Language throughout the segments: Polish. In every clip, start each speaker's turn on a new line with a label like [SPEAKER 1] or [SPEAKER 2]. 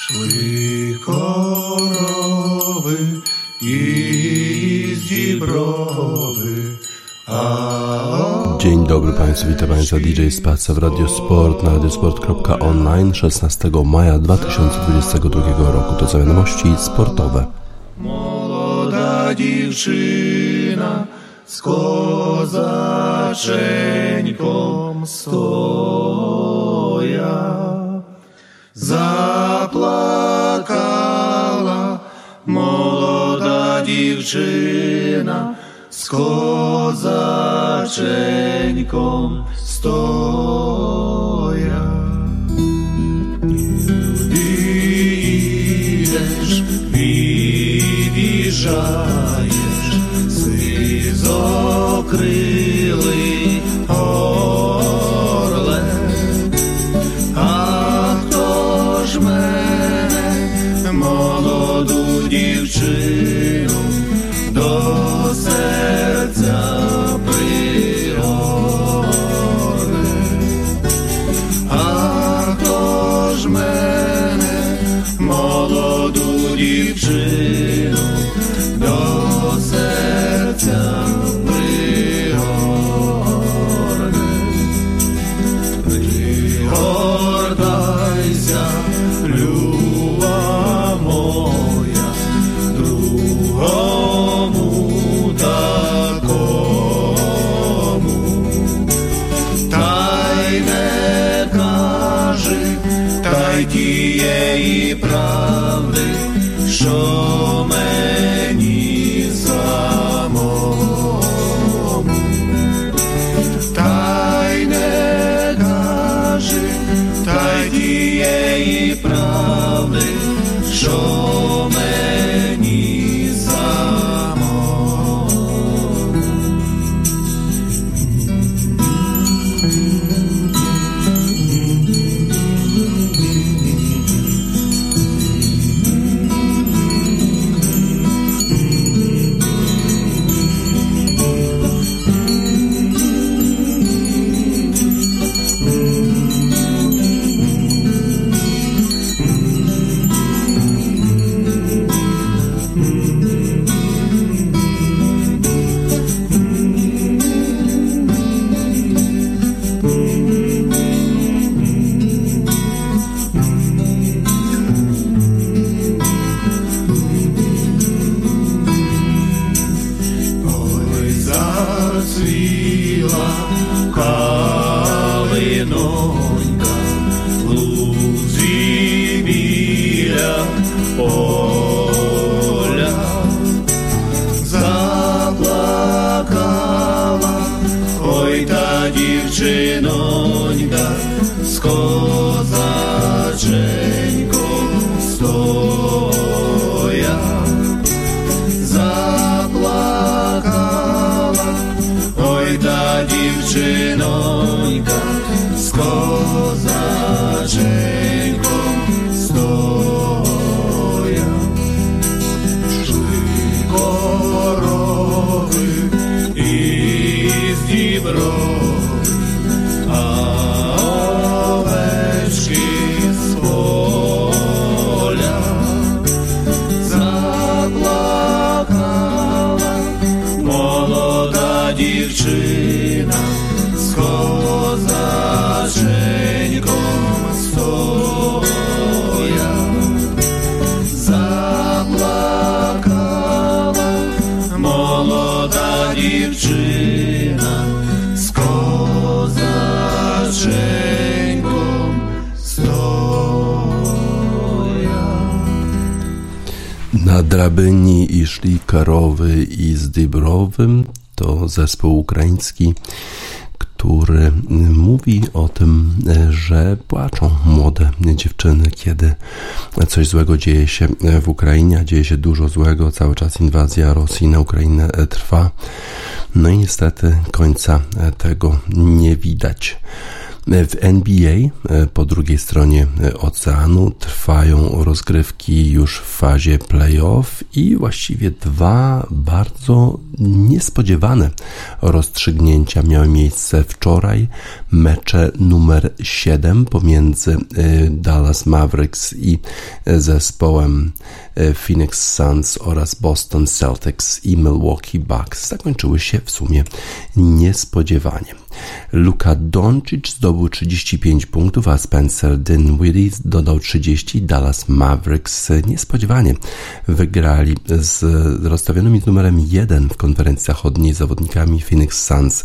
[SPEAKER 1] Szły korowy i zdibrowy.
[SPEAKER 2] Dzień dobry Państwu, witam Państwa DJ Spaca w Radio Sport na radiosport.online 16 maja 2022 roku. To są wiadomości sportowe.
[SPEAKER 1] Młoda dziewczyna z kozaczeńką stoja, zaplakała młoda dziewczyna z kozaczeńką stoja. Nigdy idziesz, wywierzajesz, syzokryły orle. A kto ж мене, молоду дівчину, до серця пригорне? А хто ж мене, молоду дівчину, до серця пригорне? Пригортайся, люба моя, другому такому, та й не кажи, та й тієї правди, що мені самому, та й не кажи, та й тієї правди, що мені самому. Зацвіла калинонька в лузі біля поля, заплакала ой та дівчинонька з козаченьком стоя. Ой, та дівчинонька з козаченьком стоя. Шли корови із діброви, а овечки з поля. Заплакала молода дівчина з козаченьком стоя. Заплакала молода дівчина з козаченьком стоя.
[SPEAKER 2] Na drabyni i szli karowy i z Dybrowym to zespół ukraiński, który mówi o tym, że płaczą młode dziewczyny, kiedy coś złego dzieje się w Ukrainie, dzieje się dużo złego, cały czas inwazja Rosji na Ukrainę trwa, no i niestety końca tego nie widać. W NBA po drugiej stronie oceanu trwają rozgrywki już w fazie playoff i właściwie dwa bardzo niespodziewane rozstrzygnięcia miały miejsce wczoraj. Mecze numer 7 pomiędzy Dallas Mavericks i zespołem Phoenix Suns oraz Boston Celtics i Milwaukee Bucks zakończyły się w sumie niespodziewanie. Luka Doncic zdobył 35 punktów, a Spencer Dinwiddie dodał 30. Dallas Mavericks niespodziewanie wygrali z rozstawionymi z numerem 1 w konferencji zachodniej zawodnikami Phoenix Suns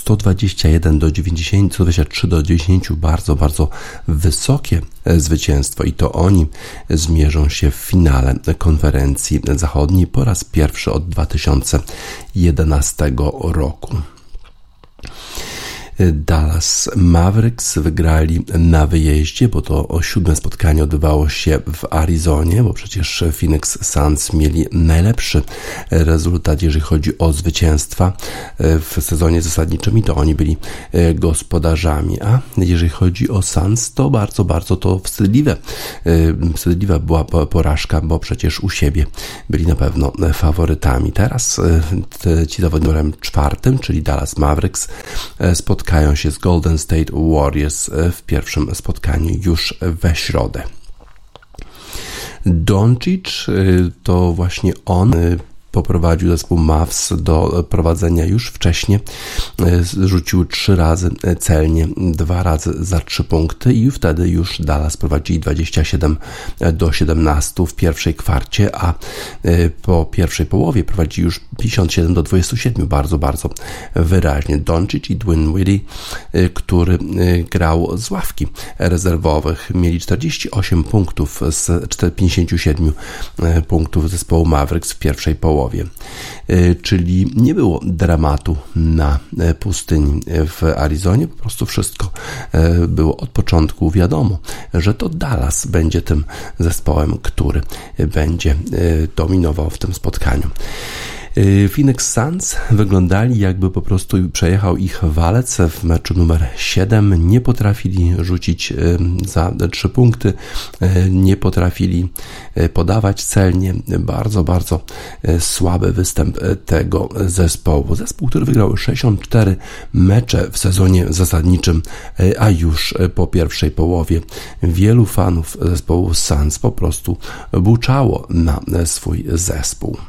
[SPEAKER 2] 123 do 90, bardzo, bardzo wysokie zwycięstwo i to oni zmierzą się w finale konferencji zachodniej po raz pierwszy od 2011 roku. Dallas Mavericks wygrali na wyjeździe, bo to 7. spotkanie odbywało się w Arizonie, bo przecież Phoenix Suns mieli najlepszy rezultat, jeżeli chodzi o zwycięstwa w sezonie zasadniczym i to oni byli gospodarzami, a jeżeli chodzi o Suns, to bardzo, bardzo to wstydliwa była porażka, bo przecież u siebie byli na pewno faworytami. Teraz ci zawodnicy numerem 4, czyli Dallas Mavericks, spotkają się z Golden State Warriors w pierwszym spotkaniu już we środę. Doncic to właśnie on poprowadził zespół Mavs do prowadzenia już wcześniej. Rzucił 3 razy celnie, 2 razy za 3 punkty i wtedy już Dallas prowadzili 27 do 17 w pierwszej kwarcie, a po pierwszej połowie prowadzili już 57 do 27, bardzo, bardzo wyraźnie. Doncic i Dinwiddie, który grał z ławki rezerwowych, mieli 48 punktów z 57 punktów zespołu Mavericks w pierwszej połowie. Czyli nie było dramatu na pustyni w Arizonie, po prostu wszystko było od początku wiadomo, że to Dallas będzie tym zespołem, który będzie dominował w tym spotkaniu. Phoenix Suns wyglądali, jakby po prostu przejechał ich walec w meczu numer 7. Nie potrafili rzucić za 3 punkty, nie potrafili podawać celnie. Bardzo, bardzo słaby występ tego zespołu. Zespół, który wygrał 64 mecze w sezonie zasadniczym, a już po pierwszej połowie wielu fanów zespołu Suns po prostu buczało na swój zespół.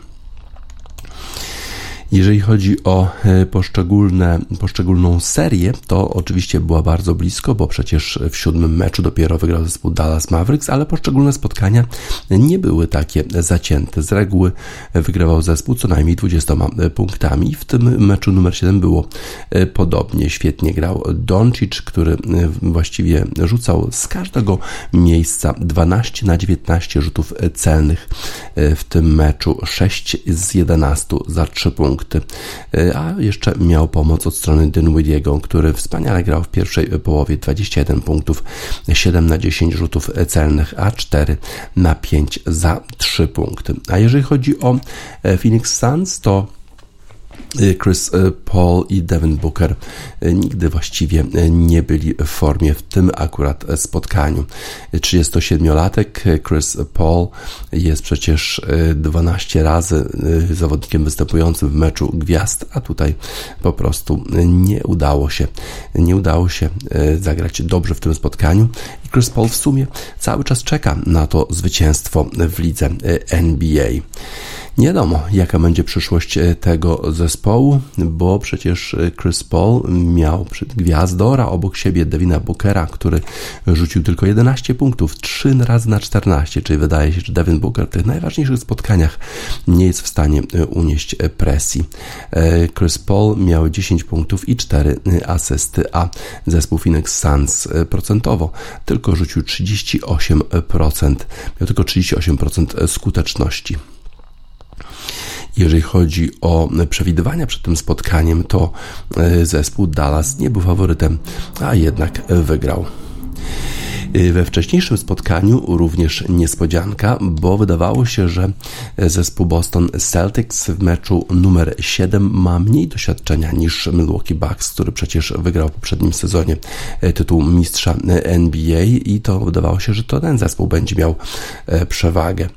[SPEAKER 2] Jeżeli chodzi o poszczególną serię, to oczywiście była bardzo blisko, bo przecież w 7. meczu dopiero wygrał zespół Dallas Mavericks, ale poszczególne spotkania nie były takie zacięte. Z reguły wygrywał zespół co najmniej 20 punktami. W tym meczu numer 7 było podobnie. Świetnie grał Doncic, który właściwie rzucał z każdego miejsca 12 na 19 rzutów celnych w tym meczu, 6 z 11 za 3 punkty. A jeszcze miał pomoc od strony Dinwiddiego, który wspaniale grał w pierwszej połowie, 21 punktów, 7 na 10 rzutów celnych, a 4 na 5 za 3 punkty. A jeżeli chodzi o Phoenix Suns, to Chris Paul i Devin Booker nigdy właściwie nie byli w formie w tym akurat spotkaniu. 37-latek Chris Paul jest przecież 12 razy zawodnikiem występującym w meczu gwiazd, a tutaj po prostu nie udało się zagrać dobrze w tym spotkaniu i Chris Paul w sumie cały czas czeka na to zwycięstwo w lidze NBA. Nie wiadomo, jaka będzie przyszłość tego zespołu, bo przecież Chris Paul miał gwiazdora obok siebie Devina Bookera, który rzucił tylko 11 punktów, 3 razy na 14, czyli wydaje się, że Devin Booker w tych najważniejszych spotkaniach nie jest w stanie unieść presji. Chris Paul miał 10 punktów i 4 asysty, a zespół Phoenix Suns procentowo tylko rzucił 38%, miał tylko 38% skuteczności. Jeżeli chodzi o przewidywania przed tym spotkaniem, to zespół Dallas nie był faworytem, a jednak wygrał. We wcześniejszym spotkaniu również niespodzianka, bo wydawało się, że zespół Boston Celtics w meczu numer 7 ma mniej doświadczenia niż Milwaukee Bucks, który przecież wygrał w poprzednim sezonie tytuł mistrza NBA i to wydawało się, że to ten zespół będzie miał przewagę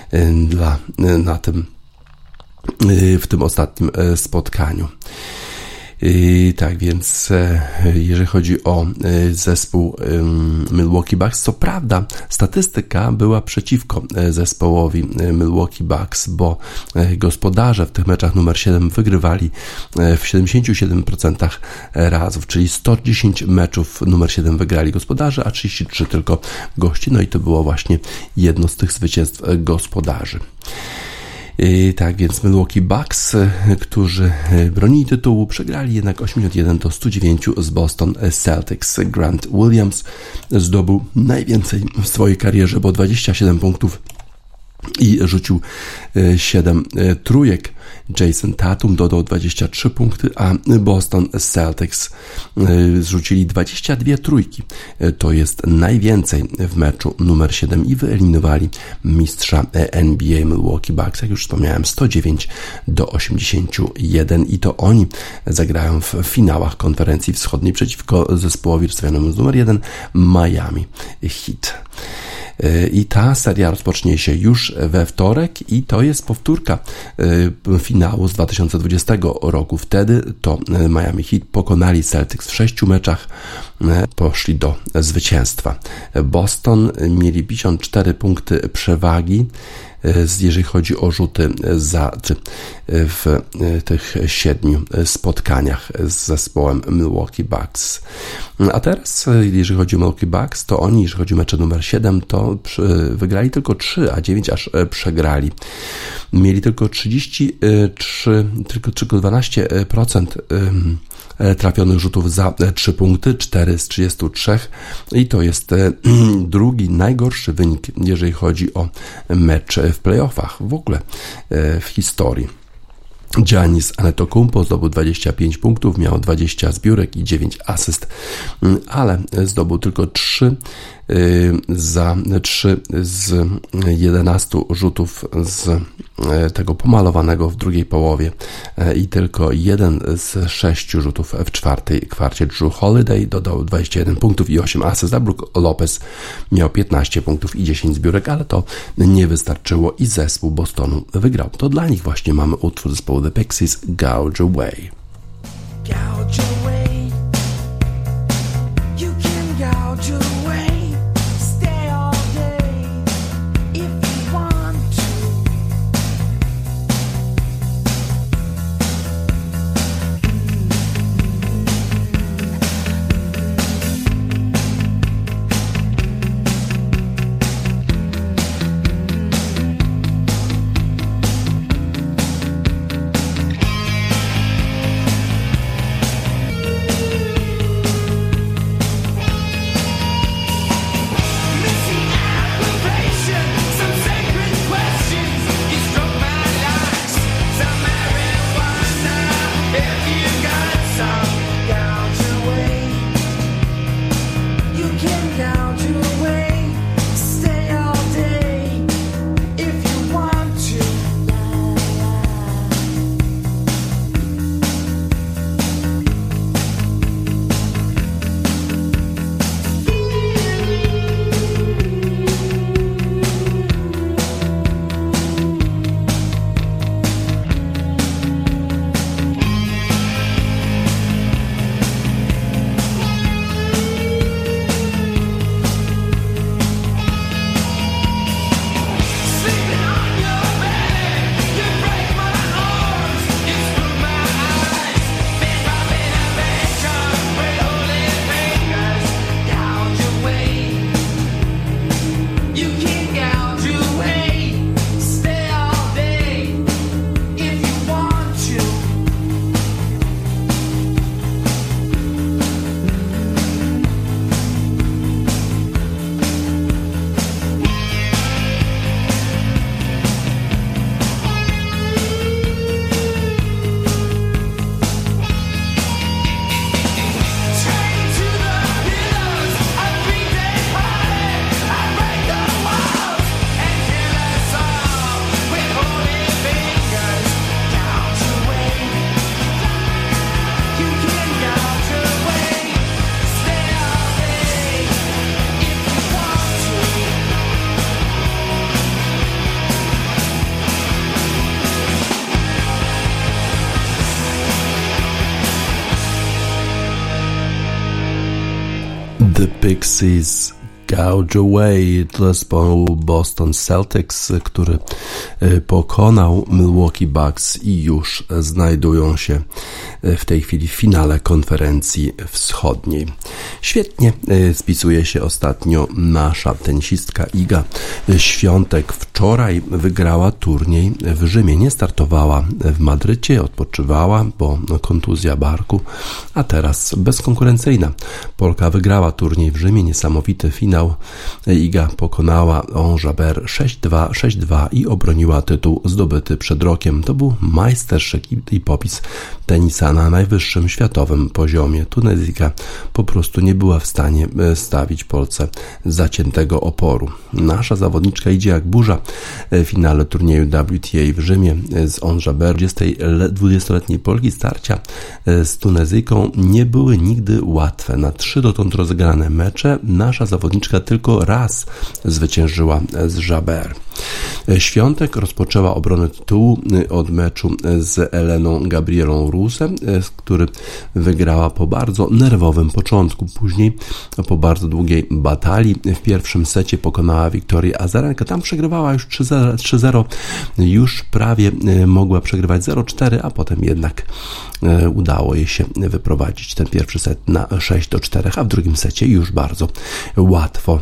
[SPEAKER 2] w tym ostatnim spotkaniu. Tak więc jeżeli chodzi o zespół Milwaukee Bucks, co prawda statystyka była przeciwko zespołowi Milwaukee Bucks, bo gospodarze w tych meczach numer 7 wygrywali w 77% razów, czyli 110 meczów numer 7 wygrali gospodarze, a 33 tylko gości, no i to było właśnie jedno z tych zwycięstw gospodarzy. Tak więc Milwaukee Bucks, którzy bronili tytułu, przegrali jednak 81-109 z Boston Celtics. Grant Williams zdobył najwięcej w swojej karierze, bo 27 punktów i rzucił 7 trójek. Jason Tatum dodał 23 punkty, a Boston Celtics zrzucili 22 trójki. To jest najwięcej w meczu numer 7 i wyeliminowali mistrza NBA Milwaukee Bucks, jak już wspomniałem, 109-81 i to oni zagrają w finałach konferencji wschodniej przeciwko zespołowi rozstawianemu z numer 1 Miami Heat. I ta seria rozpocznie się już we wtorek i to jest powtórka finału z 2020 roku. Wtedy to Miami Heat pokonali Celtics w 6 meczach, poszli do zwycięstwa. Boston mieli 54 punkty przewagi, jeżeli chodzi o rzuty w tych 7 spotkaniach z zespołem Milwaukee Bucks. A teraz, jeżeli chodzi o Milwaukee Bucks, to oni, jeżeli chodzi o mecze numer 7, to wygrali tylko 3, a 9 aż przegrali. Mieli tylko 12% trafionych rzutów za 3 punkty, 4 z 33 i to jest drugi najgorszy wynik, jeżeli chodzi o mecz w playoffach w ogóle w historii. Giannis Antetokounmpo zdobył 25 punktów, miał 20 zbiórek i 9 asyst, ale zdobył tylko 3 z 11 rzutów z tego pomalowanego w drugiej połowie i tylko 1 z 6 rzutów w czwartej kwarcie. Drew Holiday dodał 21 punktów i 8 asyst, a Brook Lopez miał 15 punktów i 10 zbiórek, ale to nie wystarczyło i zespół Bostonu wygrał. To dla nich właśnie mamy utwór zespołu The Pixies, Gouge Away.
[SPEAKER 3] Gouge away. You can gouge away. Stay all day if you want to.
[SPEAKER 2] The Pixies, Gouge Away, to zespołu Boston Celtics, który pokonał Milwaukee Bucks i już znajdują się w tej chwili w finale konferencji wschodniej. Świetnie spisuje się ostatnio nasza tenisistka Iga Świątek. Wczoraj wygrała turniej w Rzymie. Nie startowała w Madrycie, odpoczywała, bo kontuzja barku, a teraz bezkonkurencyjna Polka wygrała turniej w Rzymie. Niesamowity finał. Iga pokonała Ons Jabeur 6-2, 6-2 i obroniła tytuł zdobyty przed rokiem. To był majstersztyk i popis tenisa na najwyższym światowym poziomie. Tunezyjka po prostu nie była w stanie stawić Polce zaciętego oporu. Nasza zawodniczka idzie jak burza w finale turnieju WTA w Rzymie z Ons Jabeur. 20-letniej Polki starcia z Tunezyjką nie były nigdy łatwe. Na 3 dotąd rozegrane mecze nasza zawodniczka tylko raz zwyciężyła z Jabeur. Świątek rozpoczęła obronę tytułu od meczu z Eleną Gabrielą Rusem, który wygrała po bardzo nerwowym początku. Później po bardzo długiej batalii w pierwszym secie pokonała Wiktorię Azarenkę. Tam przegrywała już 3-0. Już prawie mogła przegrywać 0-4, a potem jednak udało jej się wyprowadzić ten pierwszy set na 6-4, a w drugim secie już bardzo łatwo.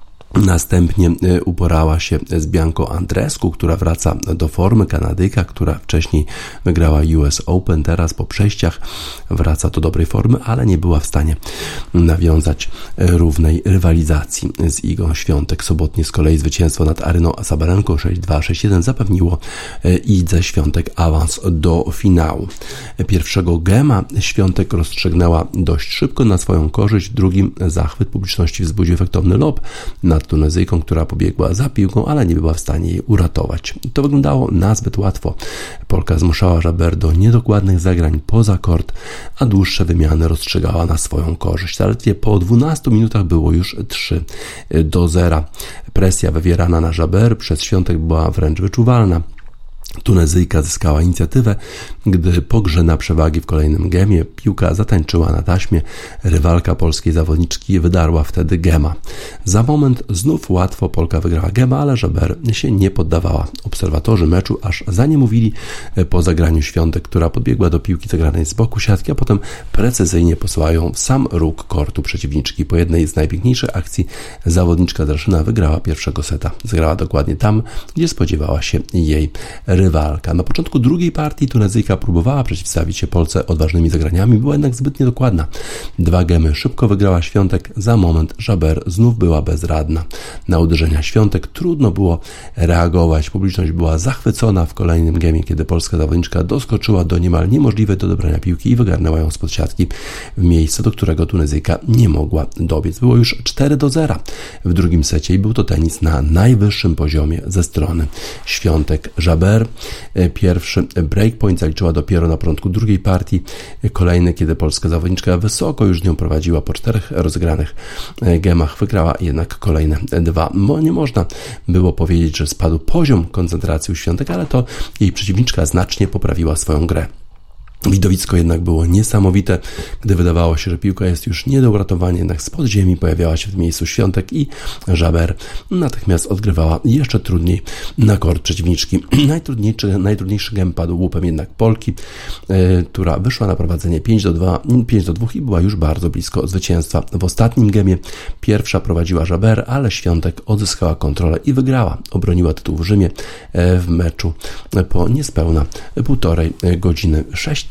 [SPEAKER 2] Następnie uporała się z Bianką Andreescu, która wraca do formy, Kanadyjka, która wcześniej wygrała US Open, teraz po przejściach wraca do dobrej formy, ale nie była w stanie nawiązać równej rywalizacji z Igą Świątek. Sobotnie z kolei zwycięstwo nad Aryną Sabalenką 6-2, 6-1 zapewniło Idze Świątek awans do finału. Pierwszego gema Świątek rozstrzygnęła dość szybko na swoją korzyść. W drugim zachwyt publiczności wzbudził efektowny lob nad Tunezyjką, która pobiegła za piłką, ale nie była w stanie jej uratować. To wyglądało nazbyt łatwo. Polka zmuszała Jabeur do niedokładnych zagrań poza kort, a dłuższe wymiany rozstrzygała na swoją korzyść. Zaledwie po 12 minutach było już 3-0. Presja wywierana na Jabeur przez Świątek była wręcz wyczuwalna. Tunezyjka zyskała inicjatywę, gdy po grze na przewagi w kolejnym gemie piłka zatańczyła na taśmie. Rywalka polskiej zawodniczki wydarła wtedy gema. Za moment znów łatwo Polka wygrała gema, ale Jabeur się nie poddawała. Obserwatorzy meczu aż zaniemówili po zagraniu Świątek, która podbiegła do piłki zagranej z boku siatki, a potem precyzyjnie posłała ją w sam róg kortu przeciwniczki. Po jednej z najpiękniejszych akcji zawodniczka z Raszyna wygrała pierwszego seta. Zagrała dokładnie tam, gdzie spodziewała się jej rywalka. Na początku drugiej partii Tunezyjka próbowała przeciwstawić się Polce odważnymi zagraniami, była jednak zbyt niedokładna. 2 gemy szybko wygrała Świątek, za moment Jabeur znów była bezradna. Na uderzenia Świątek trudno było reagować. Publiczność była zachwycona w kolejnym gemie, kiedy polska zawodniczka doskoczyła do niemal niemożliwej do dobrania piłki i wygarnęła ją spod siatki w miejsce, do którego Tunezyjka nie mogła dobiec. Było już 4-0 w drugim secie i był to tenis na najwyższym poziomie ze strony Świątek. Jabeur pierwszy breakpoint zaliczyła dopiero na początku drugiej partii. Kolejny, kiedy polska zawodniczka wysoko już nią prowadziła po 4 rozegranych gemach, wygrała jednak kolejne 2. Nie można było powiedzieć, że spadł poziom koncentracji u Świątek, ale to jej przeciwniczka znacznie poprawiła swoją grę. Widowisko jednak było niesamowite, gdy wydawało się, że piłka jest już nie do uratowania, jednak spod ziemi pojawiała się w miejscu Świątek i Jabeur natychmiast odgrywała jeszcze trudniej na kort przeciwniczki. Najtrudniejszy gem padł łupem jednak Polki, która wyszła na prowadzenie 5-2 i była już bardzo blisko zwycięstwa. W ostatnim gemie pierwsza prowadziła Jabeur, ale Świątek odzyskała kontrolę i wygrała. Obroniła tytuł w Rzymie w meczu po niespełna 1,5 godziny.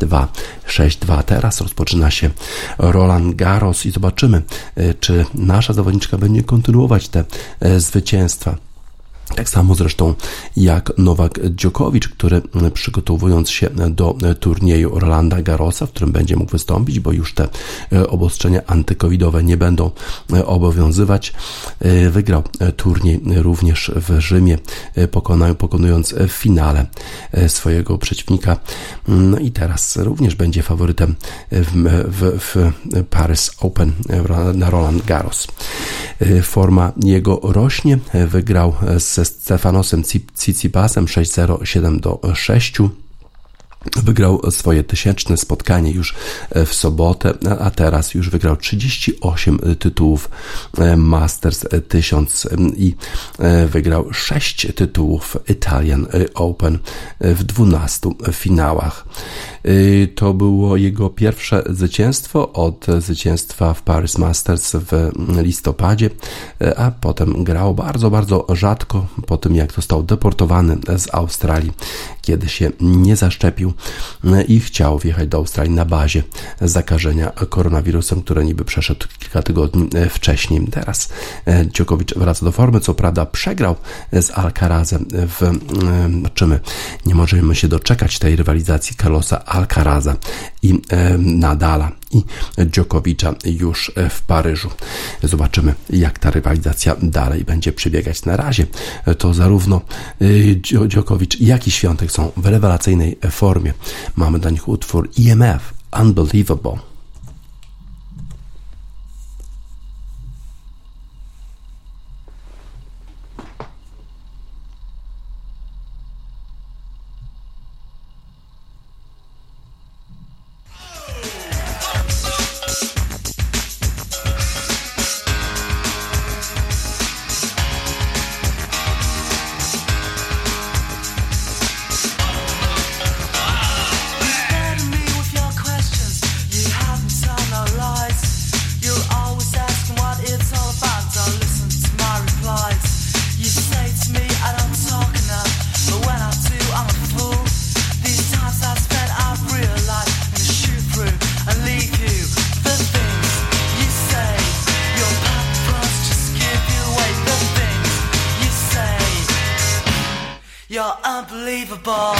[SPEAKER 2] 6-2. Teraz rozpoczyna się Roland Garros i zobaczymy, czy nasza zawodniczka będzie kontynuować te zwycięstwa. Tak samo zresztą jak Nowak Djokovic, który przygotowując się do turnieju Rolanda Garrosa, w którym będzie mógł wystąpić, bo już te obostrzenia antykowidowe nie będą obowiązywać, wygrał turniej również w Rzymie, pokonując w finale swojego przeciwnika. No i teraz również będzie faworytem w Paris Open na Roland Garros. Forma jego rośnie, wygrał ze Stefanosem Tsitsipasem 6-0, 7-6. Wygrał swoje 1000 spotkanie już w sobotę, a teraz już wygrał 38 tytułów Masters 1000 i wygrał 6 tytułów Italian Open w 12 finałach. To było jego pierwsze zwycięstwo od zwycięstwa w Paris Masters w listopadzie, a potem grał bardzo, bardzo rzadko po tym, jak został deportowany z Australii, kiedy się nie zaszczepił i chciał wjechać do Australii na bazie zakażenia koronawirusem, które niby przeszedł kilka tygodni wcześniej. Teraz Djokovic wraca do formy, co prawda przegrał z Alcarazem zobaczymy, nie możemy się doczekać tej rywalizacji Carlosa Alcaraza i Nadala i Djokovicza już w Paryżu. Zobaczymy, jak ta rywalizacja dalej będzie przebiegać. Na razie to zarówno Djokovic, jak i Świątek są w rewelacyjnej formie. Mamy dla nich utwór EMF, Unbelievable.
[SPEAKER 3] You're unbelievable.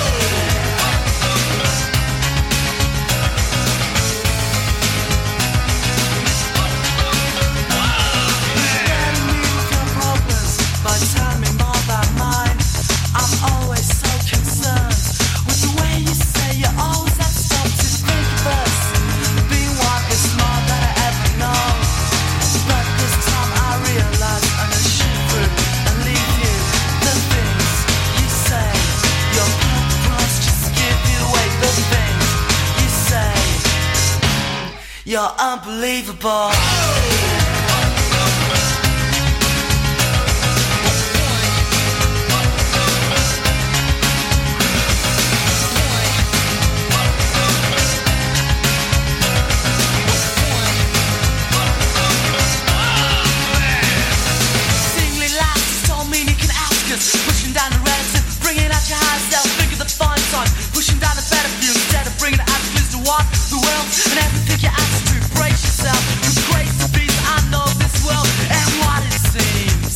[SPEAKER 3] You're unbelievable. Singly laughs don't mean you can ask us. Pushing down the relative, bringing out your higher self. Think of the fine time, pushing down the better view instead of bringing it out to what the world and everything you ask to. Brace yourself, you're crazy beast. I know this world and what it seems.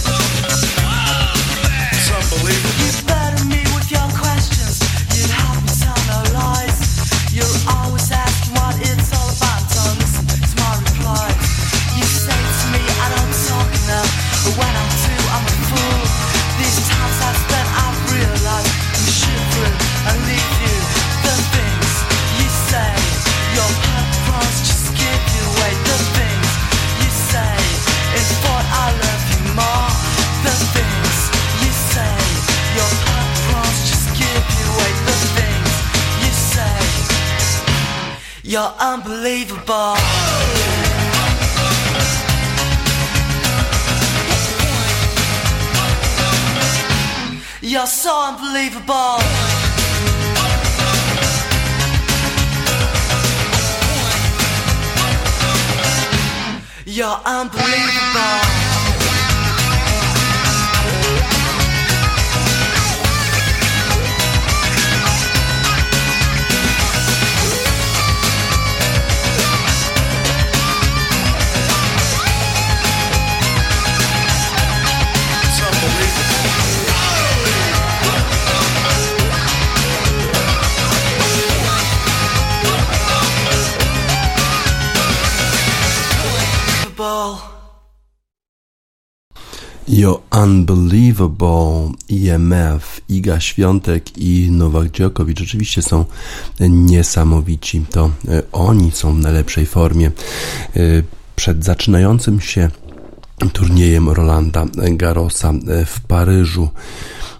[SPEAKER 1] It's unbelievable.
[SPEAKER 3] You burden me with your questions. You help me tell no lies. You're always asking what it's all about. Don't listen to my replies. You say to me I don't talk enough, but when I do I'm a fool. These times I've spent I've realized I'm shivering and leave you. The things you say, your purpose just give you away. The things you say, in thought I love you more. The things you say, your purpose just give you away. The things you say, you're unbelievable. You're so unbelievable. You're unbelievable.
[SPEAKER 1] It's unbelievable.
[SPEAKER 2] You're Unbelievable, EMF, Iga Świątek i Nowak Djokovic rzeczywiście są niesamowici. To oni są w najlepszej formie. Przed zaczynającym się turniejem Rolanda Garrosa w Paryżu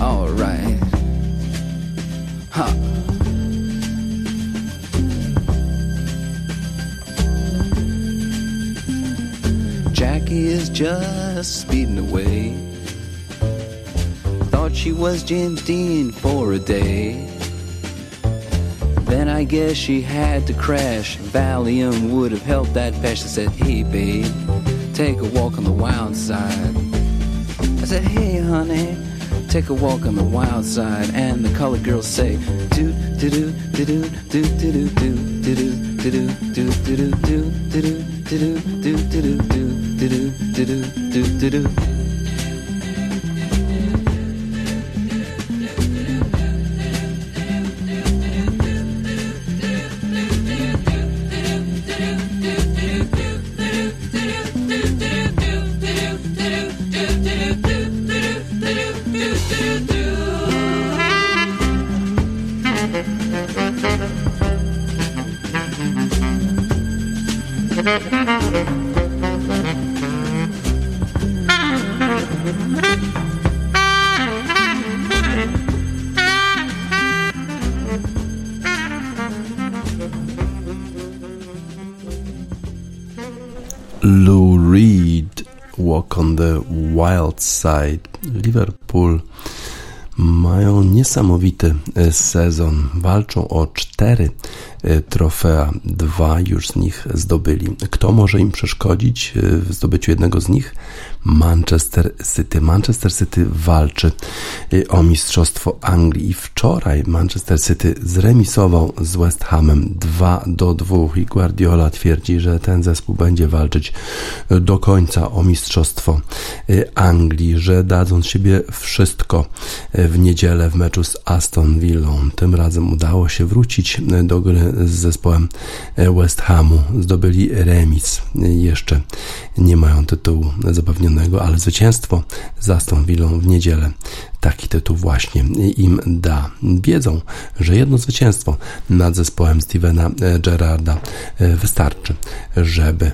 [SPEAKER 4] All right. Ha. Jackie is just speeding away. Thought she was James Dean for a day. Then I guess she had to crash. Valium would have helped that patch. I said, hey babe, take a walk on the wild side. I said, hey honey, take a walk on the wild side. And the colored girls say, do do do do do do do do do do do do do do do do do do.
[SPEAKER 2] Lou Reed, Walk on the Wild Side. Liverpool mają niesamowity sezon. Walczą o 4 trofea. 2 już z nich zdobyli. Kto może im przeszkodzić w zdobyciu jednego z nich? Manchester City. Manchester City walczy o mistrzostwo Anglii i wczoraj Manchester City zremisował z West Hamem 2-2 i Guardiola twierdzi, że ten zespół będzie walczyć do końca o mistrzostwo Anglii, że dadzą z siebie wszystko w niedzielę w meczu z Aston Villą. Tym razem udało się wrócić do gry z zespołem West Hamu. Zdobyli remis. Jeszcze nie mają tytułu zapewnionego, ale zwycięstwo z Aston Villą w niedzielę taki tytuł właśnie im da. Wiedzą, że jedno zwycięstwo nad zespołem Stevena Gerrarda wystarczy, żeby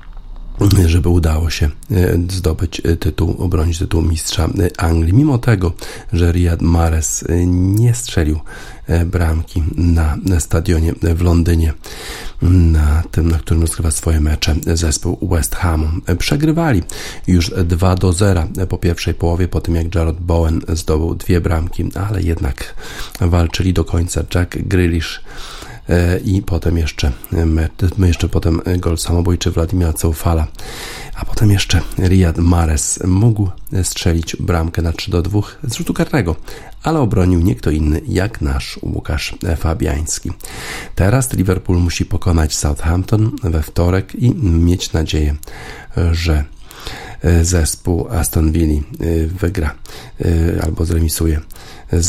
[SPEAKER 2] udało się zdobyć tytuł, obronić tytuł mistrza Anglii. Mimo tego, że Riyad Mahrez nie strzelił bramki na stadionie w Londynie, na którym rozgrywa swoje mecze zespół West Hamu. Przegrywali już 2-0 po pierwszej połowie, po tym jak Jarrod Bowen zdobył 2 bramki, ale jednak walczyli do końca. Jack Grealish i potem jeszcze potem gol samobójczy Władimira Coufala, a potem jeszcze Riyad Mahrez mógł strzelić bramkę na 3-2 z rzutu karnego, ale obronił nie kto inny jak nasz Łukasz Fabiański. Teraz Liverpool musi pokonać Southampton we wtorek i mieć nadzieję, że zespół Aston Villa wygra albo zremisuje z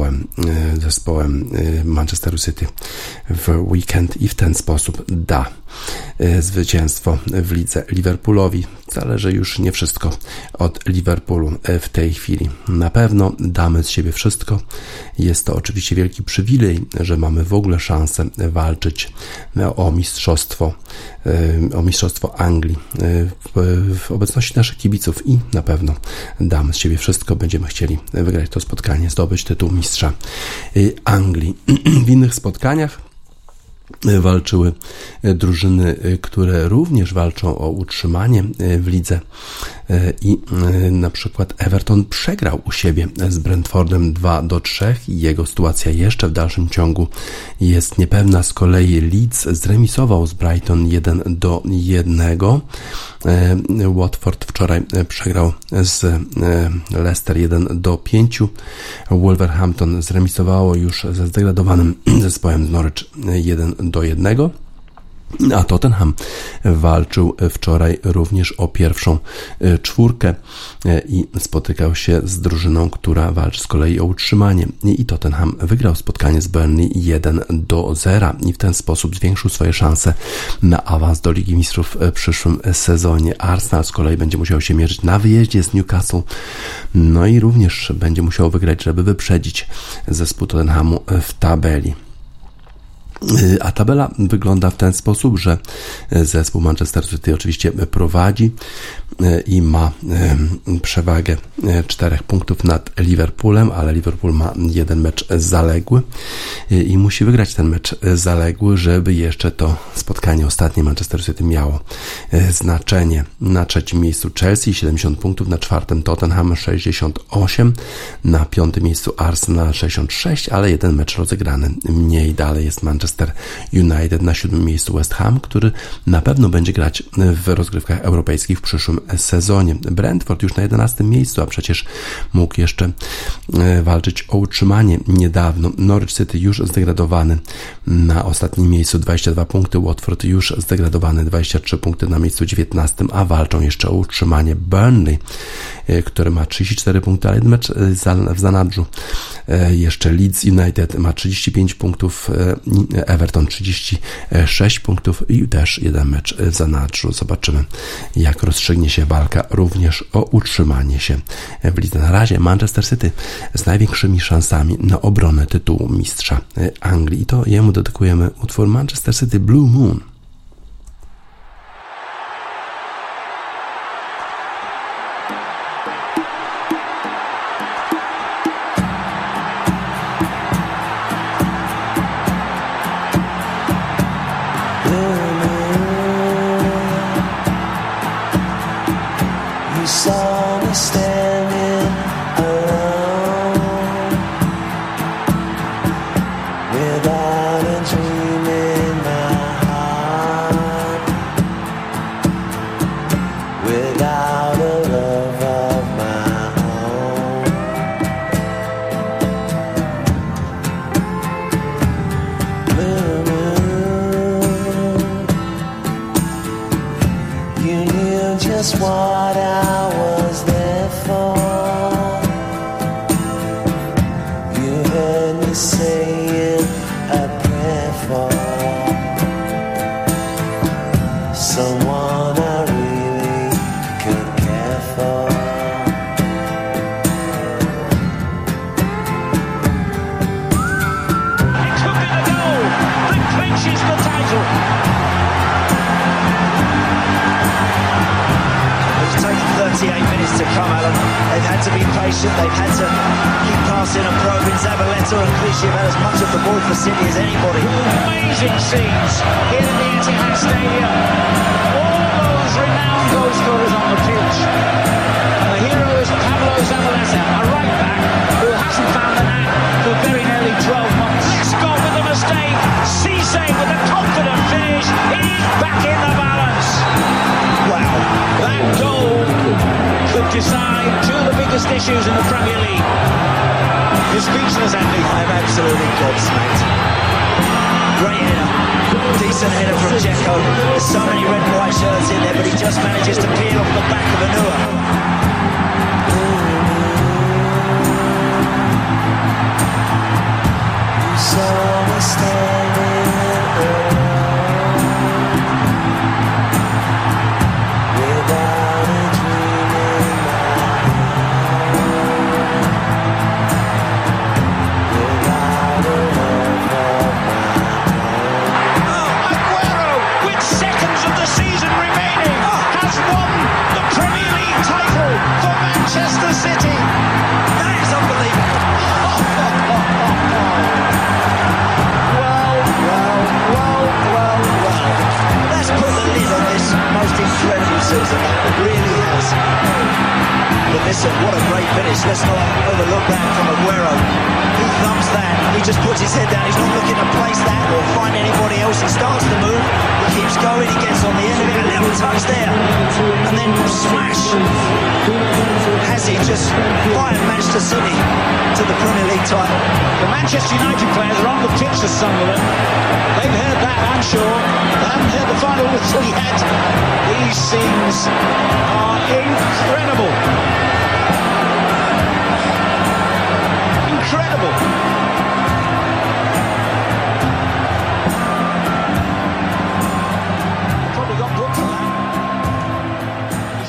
[SPEAKER 2] zespołem Manchesteru City w weekend i w ten sposób da zwycięstwo w lidze Liverpoolowi. Zależy już nie wszystko od Liverpoolu w tej chwili. Na pewno damy z siebie wszystko. Jest to oczywiście wielki przywilej, że mamy w ogóle szansę walczyć o mistrzostwo Anglii w obecności naszych kibiców i na pewno damy z siebie wszystko. Będziemy chcieli wygrać to spotkanie, zdobyć tytuł mistrza Anglii. W innych spotkaniach walczyły drużyny, które również walczą o utrzymanie w lidze i na przykład Everton przegrał u siebie z Brentfordem 2-3 i jego sytuacja jeszcze w dalszym ciągu jest niepewna. Z kolei Leeds zremisował z Brighton 1-1. Watford wczoraj przegrał z Leicester 1-5. Wolverhampton zremisowało już ze zdegradowanym zespołem z Norwich 1-1. A Tottenham walczył wczoraj również o pierwszą 4 i spotykał się z drużyną, która walczy z kolei o utrzymanie. I Tottenham wygrał spotkanie z Burnley 1-0 i w ten sposób zwiększył swoje szanse na awans do Ligi Mistrzów w przyszłym sezonie. Arsenal z kolei będzie musiał się mierzyć na wyjeździe z Newcastle, no i również będzie musiał wygrać, żeby wyprzedzić zespół Tottenhamu w tabeli. A tabela wygląda w ten sposób, że zespół Manchester City oczywiście prowadzi i ma przewagę 4 punktów nad Liverpoolem, ale Liverpool ma jeden mecz zaległy i musi wygrać ten mecz zaległy, żeby jeszcze to spotkanie ostatnie Manchester City miało znaczenie. Na trzecim miejscu Chelsea 70 punktów, na czwartym Tottenham 68, na piątym miejscu Arsenal 66, ale jeden mecz rozegrany mniej. Dalej jest Manchester United, na 7 miejscu West Ham, który na pewno będzie grać w rozgrywkach europejskich w przyszłym sezonie. Brentford już na 11 miejscu, a przecież mógł jeszcze walczyć o utrzymanie niedawno. Norwich City już zdegradowany na ostatnim miejscu, 22 punkty. Watford już zdegradowany, 23 punkty na miejscu 19, a walczą jeszcze o utrzymanie. Burnley, który ma 34 punkty, ale jeden mecz w zanadrzu. Jeszcze Leeds United ma 35 punktów, Everton 36 punktów i też jeden mecz w zanadrzu. Zobaczymy, jak rozstrzygnie się walka również o utrzymanie się w lidze. Na razie Manchester City z największymi szansami na obronę tytułu mistrza Anglii. I to jemu dedykujemy utwór Manchester City Blue Moon.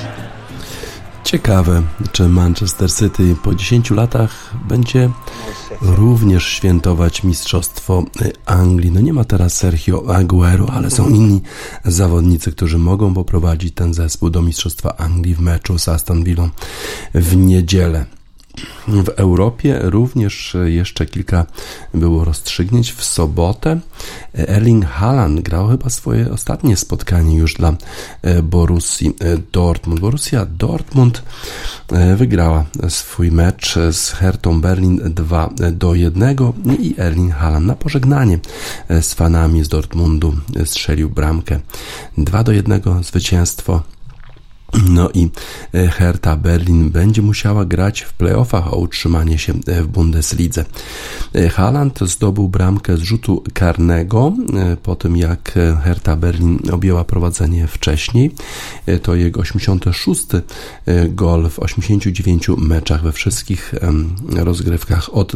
[SPEAKER 2] Ciekawe, czy Manchester City po 10 latach będzie również świętować mistrzostwo Anglii. No nie ma teraz Sergio Aguero, ale są inni zawodnicy, którzy mogą poprowadzić ten zespół do mistrzostwa Anglii w meczu z Aston Villą w niedzielę. W Europie również jeszcze kilka było rozstrzygnięć. W sobotę Erling Haaland grał chyba swoje ostatnie spotkanie już dla Borussii Dortmund. Borussia Dortmund wygrała swój mecz z Hertą Berlin 2-1 i Erling Haaland na pożegnanie z fanami z Dortmundu strzelił bramkę. 2-1 zwycięstwo. No i Hertha Berlin będzie musiała grać w playoffach o utrzymanie się w Bundeslidze. Haaland zdobył bramkę z rzutu karnego po tym, jak Hertha Berlin objęła prowadzenie wcześniej. To jego 86. gol w 89 meczach we wszystkich rozgrywkach od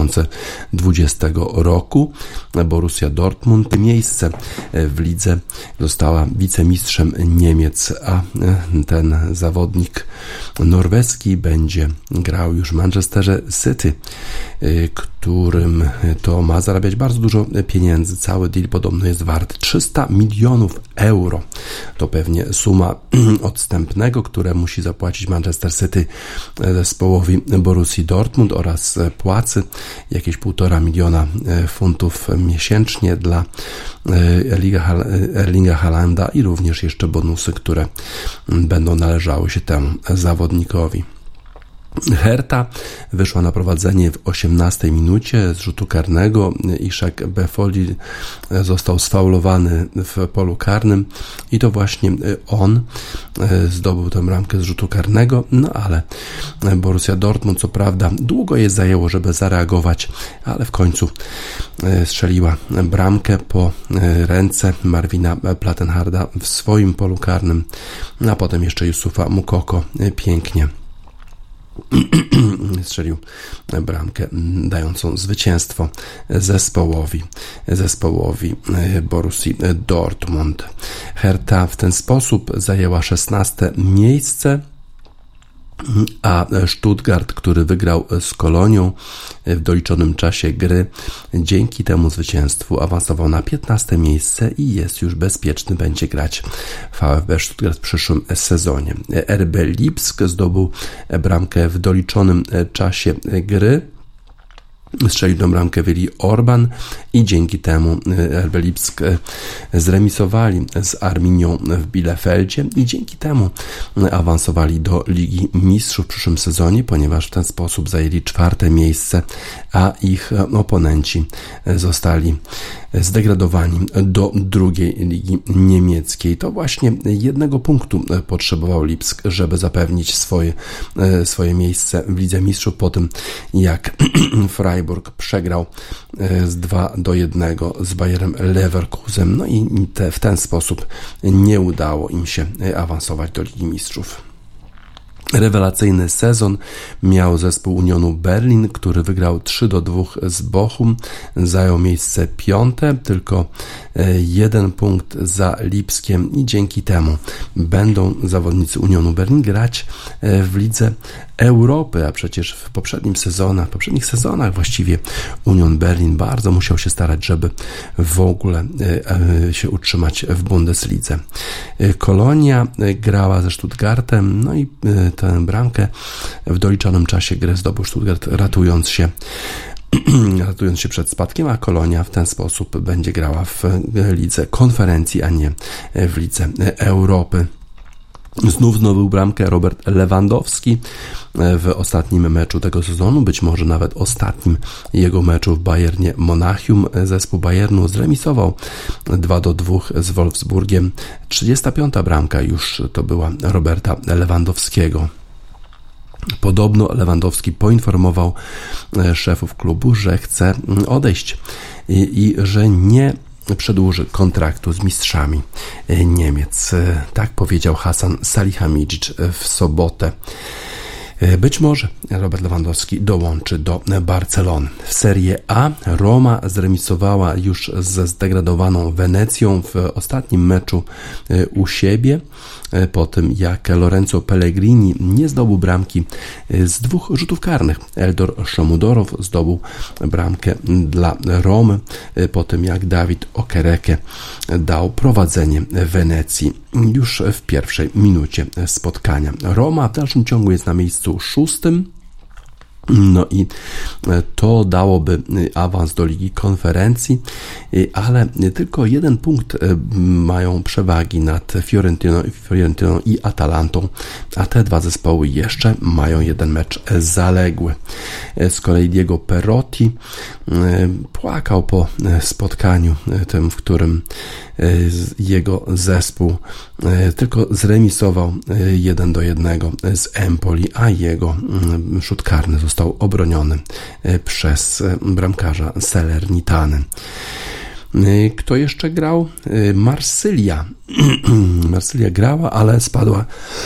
[SPEAKER 2] 2020 roku. Borussia Dortmund miejsce w lidze została wicemistrzem Niemiec, a ten zawodnik norweski będzie grał już w Manchesterze City, którym to ma zarabiać bardzo dużo pieniędzy. Cały deal podobno jest wart 300 milionów euro. To pewnie suma odstępnego, które musi zapłacić Manchester City zespołowi Borussii Dortmund oraz płacy jakieś 1,5 miliona funtów miesięcznie dla Erlinga Haalanda i również jeszcze bonusy, które będą należały się temu zawodnikowi. Hertha wyszła na prowadzenie w 18 minucie z rzutu karnego. Ishak Befoli został sfaulowany w polu karnym i to właśnie on zdobył tę bramkę z rzutu karnego, no ale Borussia Dortmund co prawda długo jej zajęło, żeby zareagować, ale w końcu strzeliła bramkę po ręce Marwina Plattenharda w swoim polu karnym, a potem jeszcze Yusufa Moukoko pięknie strzelił bramkę dającą zwycięstwo zespołowi Borussii Dortmund. Hertha w ten sposób zajęła 16. miejsce, a Stuttgart, który wygrał z Kolonią w doliczonym czasie gry, dzięki temu zwycięstwu awansował na 15. miejsce i jest już bezpieczny, będzie grać VfB Stuttgart w przyszłym sezonie. RB Lipsk zdobył bramkę w doliczonym czasie gry. Strzelił tę bramkę Willi Orban i dzięki temu RB Lipsk zremisowali z Arminią w Bielefeldzie i dzięki temu awansowali do Ligi Mistrzów w przyszłym sezonie, ponieważ w ten sposób zajęli 4. miejsce, a ich oponenci zostali zdegradowani do 2. ligi niemieckiej. To właśnie 1 punktu potrzebował Lipsk, żeby zapewnić swoje miejsce w Lidze Mistrzów po tym, jak Freiburg przegrał z 2-1 z Bayerem Leverkusen. No i w ten sposób nie udało im się awansować do Ligi Mistrzów. Rewelacyjny sezon miał zespół Unionu Berlin, który wygrał 3-2 z Bochum, zajął miejsce 5, tylko 1 punkt za Lipskiem i dzięki temu będą zawodnicy Unionu Berlin grać w Lidze Europy, a przecież w poprzednich sezonach właściwie Union Berlin bardzo musiał się starać, żeby w ogóle się utrzymać w Bundeslidze. Kolonia grała ze Stuttgartem, no i tę bramkę w doliczonym czasie gry zdobył Stuttgart, ratując się przed spadkiem, a Kolonia w ten sposób będzie grała w Lidze Konferencji, a nie w Lidze Europy. Znów zdobył bramkę Robert Lewandowski w ostatnim meczu tego sezonu, być może nawet ostatnim jego meczu w Bayernie Monachium. Zespół Bayernu zremisował 2-2 z Wolfsburgiem. 35. bramka już to była Roberta Lewandowskiego. Podobno Lewandowski poinformował szefów klubu, że chce odejść i że nie przedłuży kontraktu z mistrzami Niemiec. Tak powiedział Hasan Salihamidzic w sobotę. Być może Robert Lewandowski dołączy do Barcelony. W Serie A Roma zremisowała już ze zdegradowaną Wenecją w ostatnim meczu u siebie, po tym jak Lorenzo Pellegrini nie zdobył bramki z 2 rzutów karnych. Eldor Szomudorow zdobył bramkę dla Romy, po tym jak Dawid Okereke dał prowadzenie Wenecji już w pierwszej minucie spotkania. Roma w dalszym ciągu jest na miejscu 6. No i to dałoby awans do Ligi Konferencji, ale tylko 1 punkt mają przewagi nad Fiorentiną i Atalantą, a te 2 zespoły jeszcze mają 1 mecz zaległy. Z kolei Diego Perotti płakał po spotkaniu tym, w którym jego zespół tylko zremisował 1-1 z Empoli, a jego rzut karny został obroniony przez bramkarza Salernitany. Kto jeszcze grał? Marsylia. Marsylia grała, ale spadła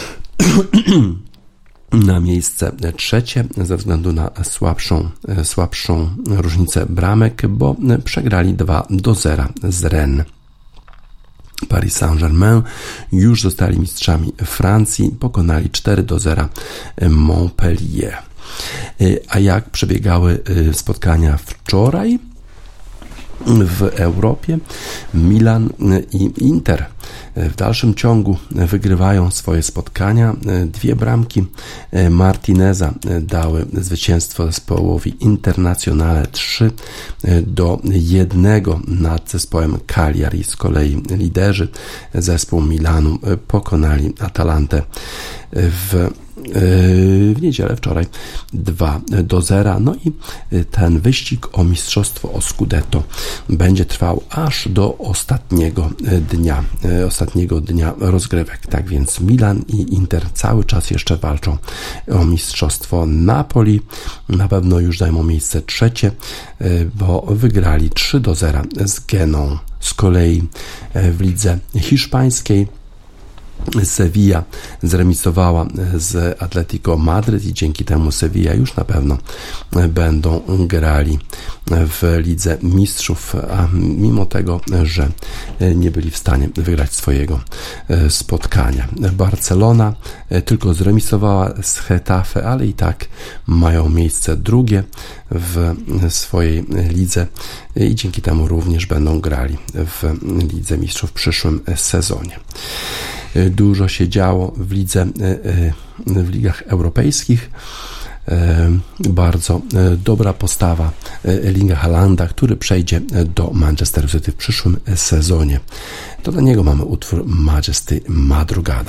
[SPEAKER 2] na miejsce 3 ze względu na słabszą różnicę bramek, bo przegrali 2-0 z Rennes. Paris Saint-Germain już zostali mistrzami Francji, pokonali 4-0 Montpellier. A jak przebiegały spotkania wczoraj w Europie? Milan i Inter w dalszym ciągu wygrywają swoje spotkania. 2 bramki Martineza dały zwycięstwo zespołowi Internazionale 3-1 nad zespołem Cagliari. Z kolei liderzy zespół Milanu pokonali Atalantę w niedzielę wczoraj 2-0. No i ten wyścig o mistrzostwo, o Scudetto będzie trwał aż do ostatniego dnia rozgrywek. Tak więc Milan i Inter cały czas jeszcze walczą o mistrzostwo. Napoli na pewno już zajmą miejsce 3, bo wygrali 3-0 z Geną. Z kolei w lidze hiszpańskiej Sevilla zremisowała z Atletico Madryt i dzięki temu Sevilla już na pewno będą grali w Lidze Mistrzów, a mimo tego, że nie byli w stanie wygrać swojego spotkania. Barcelona tylko zremisowała z Getafe, ale i tak mają miejsce 2 w swojej lidze i dzięki temu również będą grali w Lidze Mistrzów w przyszłym sezonie. Dużo się działo w ligach europejskich. Bardzo dobra postawa Erlinga Haalanda, który przejdzie do Manchester City w przyszłym sezonie. To dla niego mamy utwór Majesty Madrugada.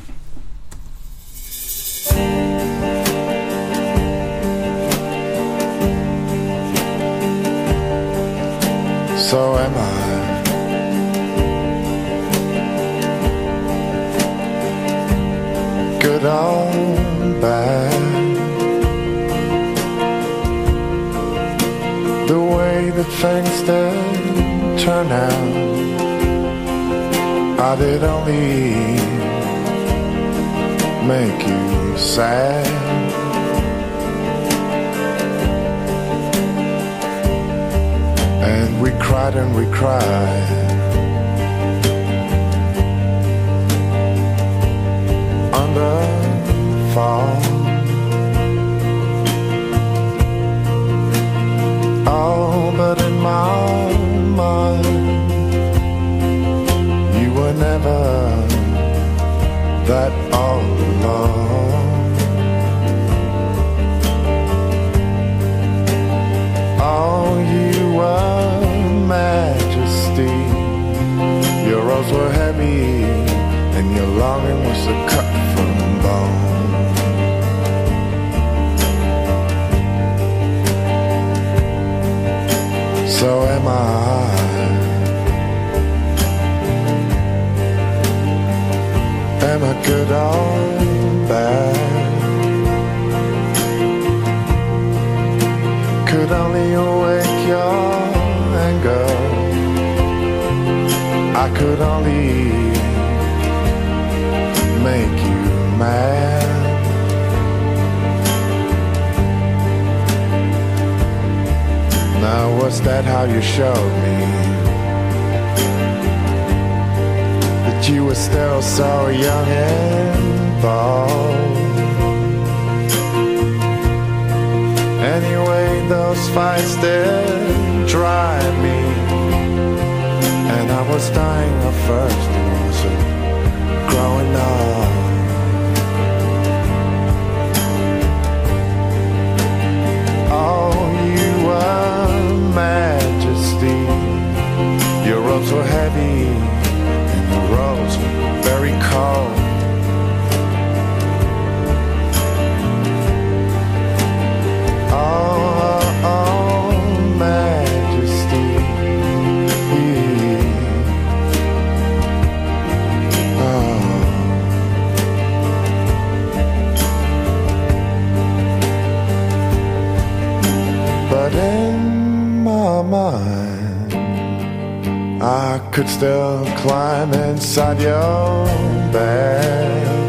[SPEAKER 1] So am I. Good or bad, the way that things did turn out, I did only make you sad. And we cried and we cried under fall. Oh, but in my mind, you were never that all alone. Oh, you were majesty. Your rose were heavy, and your longing was a cut from bone. So am I. Am I good or bad? Could only awake your anger. I could only make you mad. how you showed me that you were still so young and bold. Anyway, those fights did drive me, and I was dying of thirst and also growing up. Oh, you were majesty. Your robes were heavy and your robes were very cold. Oh, majesty. But in my mind, I could still climb inside your bed,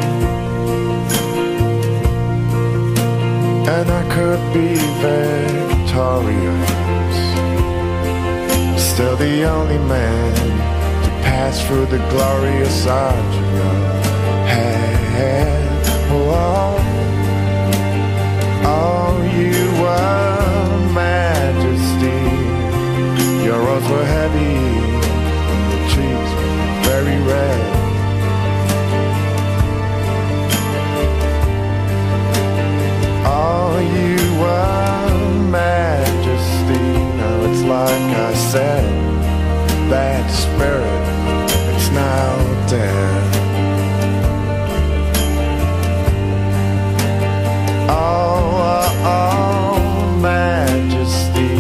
[SPEAKER 1] and I could be victorious, still the only man to pass through the glorious arch of your head. Oh, oh, you were majesty. Your robes were heavy, and your cheeks were very red. Oh, you were majesty. Now it's like I said, that spirit, it's now dead. Oh, majesty.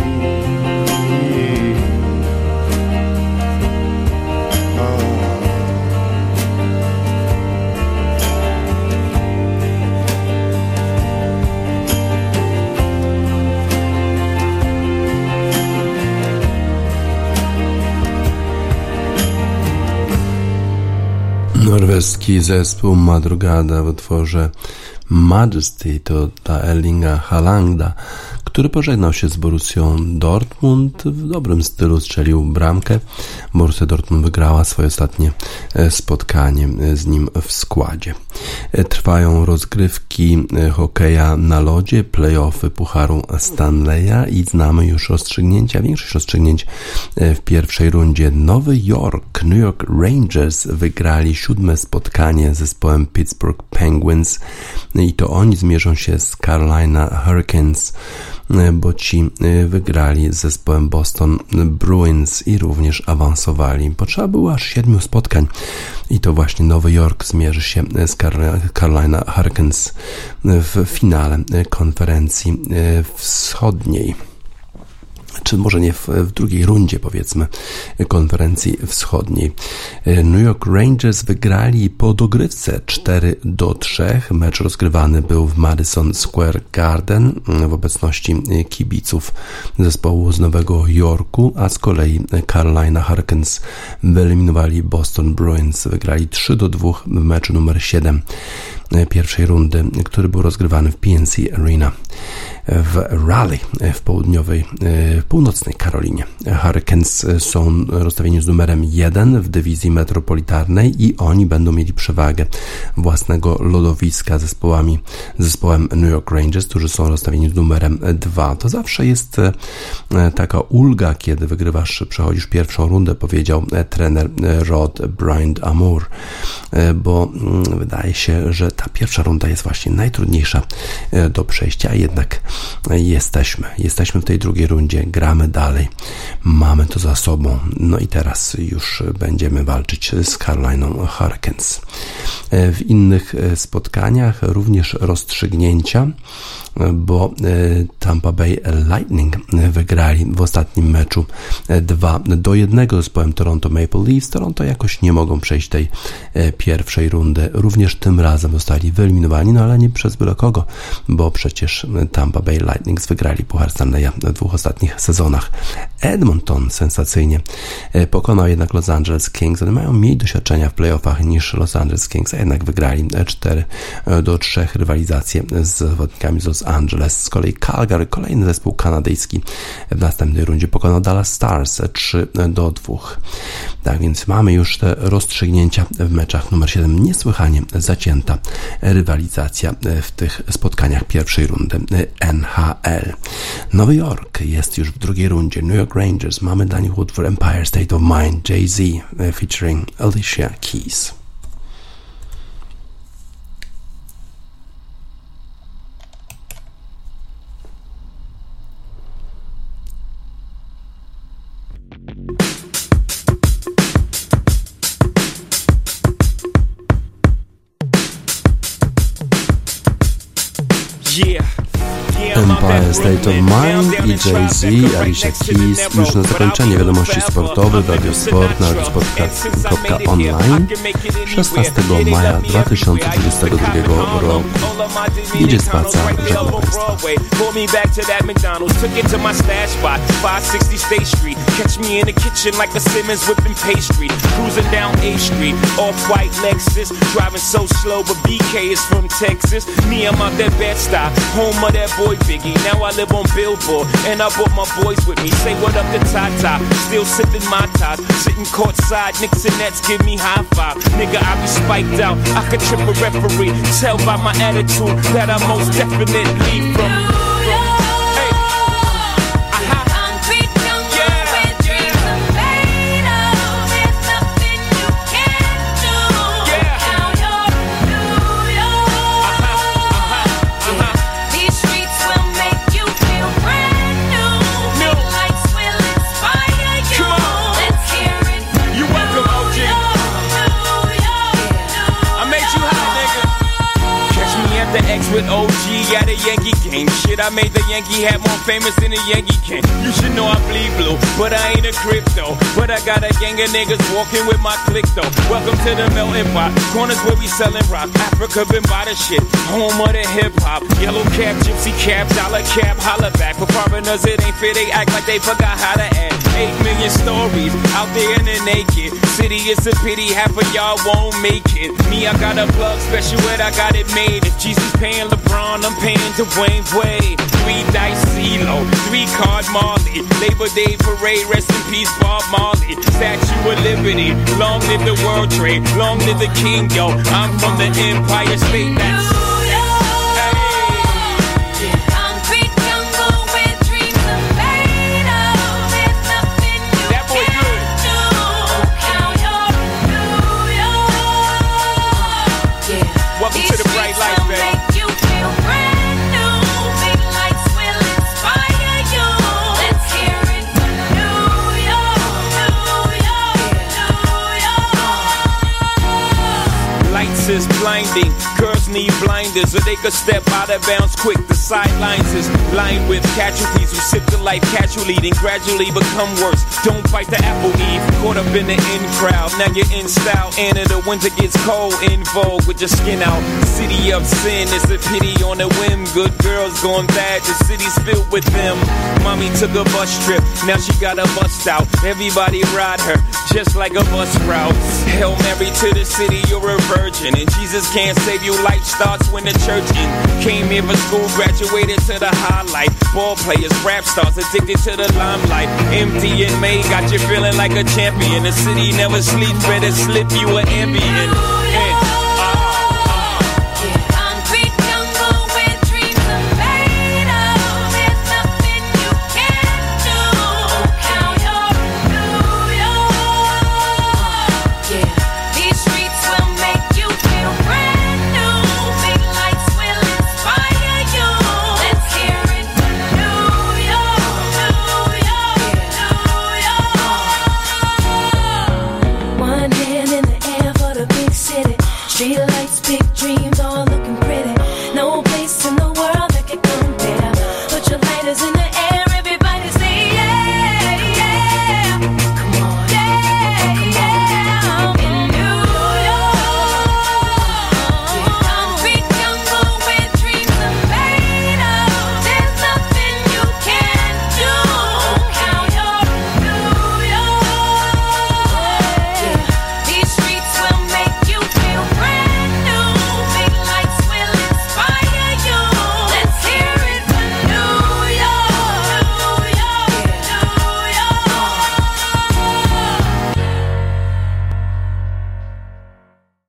[SPEAKER 2] Norweski zespół Madrugada w utworze Majesty to ta Erlinga Haalanda, który pożegnał się z Borussią Dortmund. W dobrym stylu strzelił bramkę. Borussia Dortmund wygrała swoje ostatnie spotkanie z nim w składzie. Trwają rozgrywki hokeja na lodzie, play-offy Pucharu Stanleya i znamy już rozstrzygnięcia, większość rozstrzygnięć w pierwszej rundzie. New York Rangers wygrali 7. spotkanie z zespołem Pittsburgh Penguins i to oni zmierzą się z Carolina Hurricanes, bo ci wygrali z zespołem Boston Bruins i również awansowali. Potrzeba było aż 7 spotkań i to właśnie Nowy Jork zmierzy się z Carolina Hurricanes w finale konferencji wschodniej. Czy może nie w drugiej rundzie, powiedzmy, konferencji wschodniej. New York Rangers wygrali po dogrywce 4-3. Mecz rozgrywany był w Madison Square Garden w obecności kibiców zespołu z Nowego Jorku, a z kolei Carolina Hurricanes wyeliminowali Boston Bruins. Wygrali 3-2 w meczu numer 7 pierwszej rundy, który był rozgrywany w PNC Arena w Raleigh w północnej Karolinie. Hurricanes są rozstawieni z numerem 1 w dywizji metropolitarnej i oni będą mieli przewagę własnego lodowiska zespołem New York Rangers, którzy są rozstawieni z numerem 2. To zawsze jest taka ulga, kiedy wygrywasz, przechodzisz pierwszą rundę, powiedział trener Rod Bryant-Amour, bo wydaje się, że ta pierwsza runda jest właśnie najtrudniejsza do przejścia, a jednak jesteśmy w tej drugiej rundzie, gramy dalej, mamy to za sobą, no i teraz już będziemy walczyć z Caroliną Hurricanes. W innych spotkaniach również rozstrzygnięcia, bo Tampa Bay Lightning wygrali w ostatnim meczu 2-1 z zespołem Toronto Maple Leafs. Toronto jakoś nie mogą przejść tej pierwszej rundy. Również tym razem zostali wyeliminowani, no ale nie przez byle kogo, bo przecież Tampa Bay Lightning wygrali Puchar Stanleya w 2 ostatnich sezonach Edmonton sensacyjnie pokonał jednak Los Angeles Kings. One mają mniej doświadczenia w playoffach niż Los Angeles Kings, a jednak wygrali 4-3 rywalizację z zawodnikami z Los Angeles. Z kolei Calgary, kolejny zespół kanadyjski, w następnej rundzie pokonał Dallas Stars 3-2. Tak więc mamy już te rozstrzygnięcia w meczach numer 7. Niesłychanie zacięta rywalizacja w tych spotkaniach pierwszej rundy NHL. Nowy Jork jest już w drugiej rundzie. New York Rangers, mamy dla nich utwór Empire State of Mind, Jay-Z featuring Alicia Keys. Empire State of Mind i Jay-Z, Alicia Keys. Już na zakończenie wiadomości sportowych, Radiosport na radiosport.online 16 maja 2022 roku. Idzie spaca, żegna Państwa.
[SPEAKER 5] Home of that boy Biggie, now I live on Billboard, and I brought my boys with me. Say what up to Tata, still sipping my ties, sitting courtside, Knicks and Nets give me high five. Nigga, I be spiked out, I could trip a referee. Tell by my attitude that I most definitely from. With OG at a Yankee game. Shit, I made the Yankee hat more famous than the Yankee can. You should know I bleed blue, but I ain't a crypto. But I got a gang of niggas walking with my click though. Welcome to the melting pot. Corners where we selling rock. Africa been by the shit. Home of the hip hop. Yellow cap, gypsy cap, dollar cap, holla back. For foreigners it ain't fair, they act like they forgot how to act. 8 million stories out there in the naked city. It's a pity half of y'all won't make it. Me, I got a plug special and I got it made. If Jesus paying LeBron, I'm paying Dwayne Wade. 3 dice CeeLo, 3 card Marley. Labor Day parade, rest in peace Bob Marley. Statue of Liberty, long live the World Trade, long live the King, yo. I'm from the Empire State, that's... Is blinding. Girls need blinders so they could step out of bounds quick. The sidelines is lined with casualties who sip the life casually and gradually become worse. Don't bite the apple, Eve. Caught up in the in crowd. Now you're in style. And in the winter gets cold. In vogue with your skin out. City of sin. It's a pity on a whim. Good girls gone bad. The city's filled with them. Mommy took a bus trip. Now she got a bust out. Everybody ride her just like a bus route. Hail Mary to the city. You're a virgin. And Jesus can't save you. Life starts when the church ends. Came here for school, graduated to the highlight. Ball players, rap stars, addicted to the limelight. Empty in May, got you feeling like a champion. The city never sleeps, better slip you an Ambien.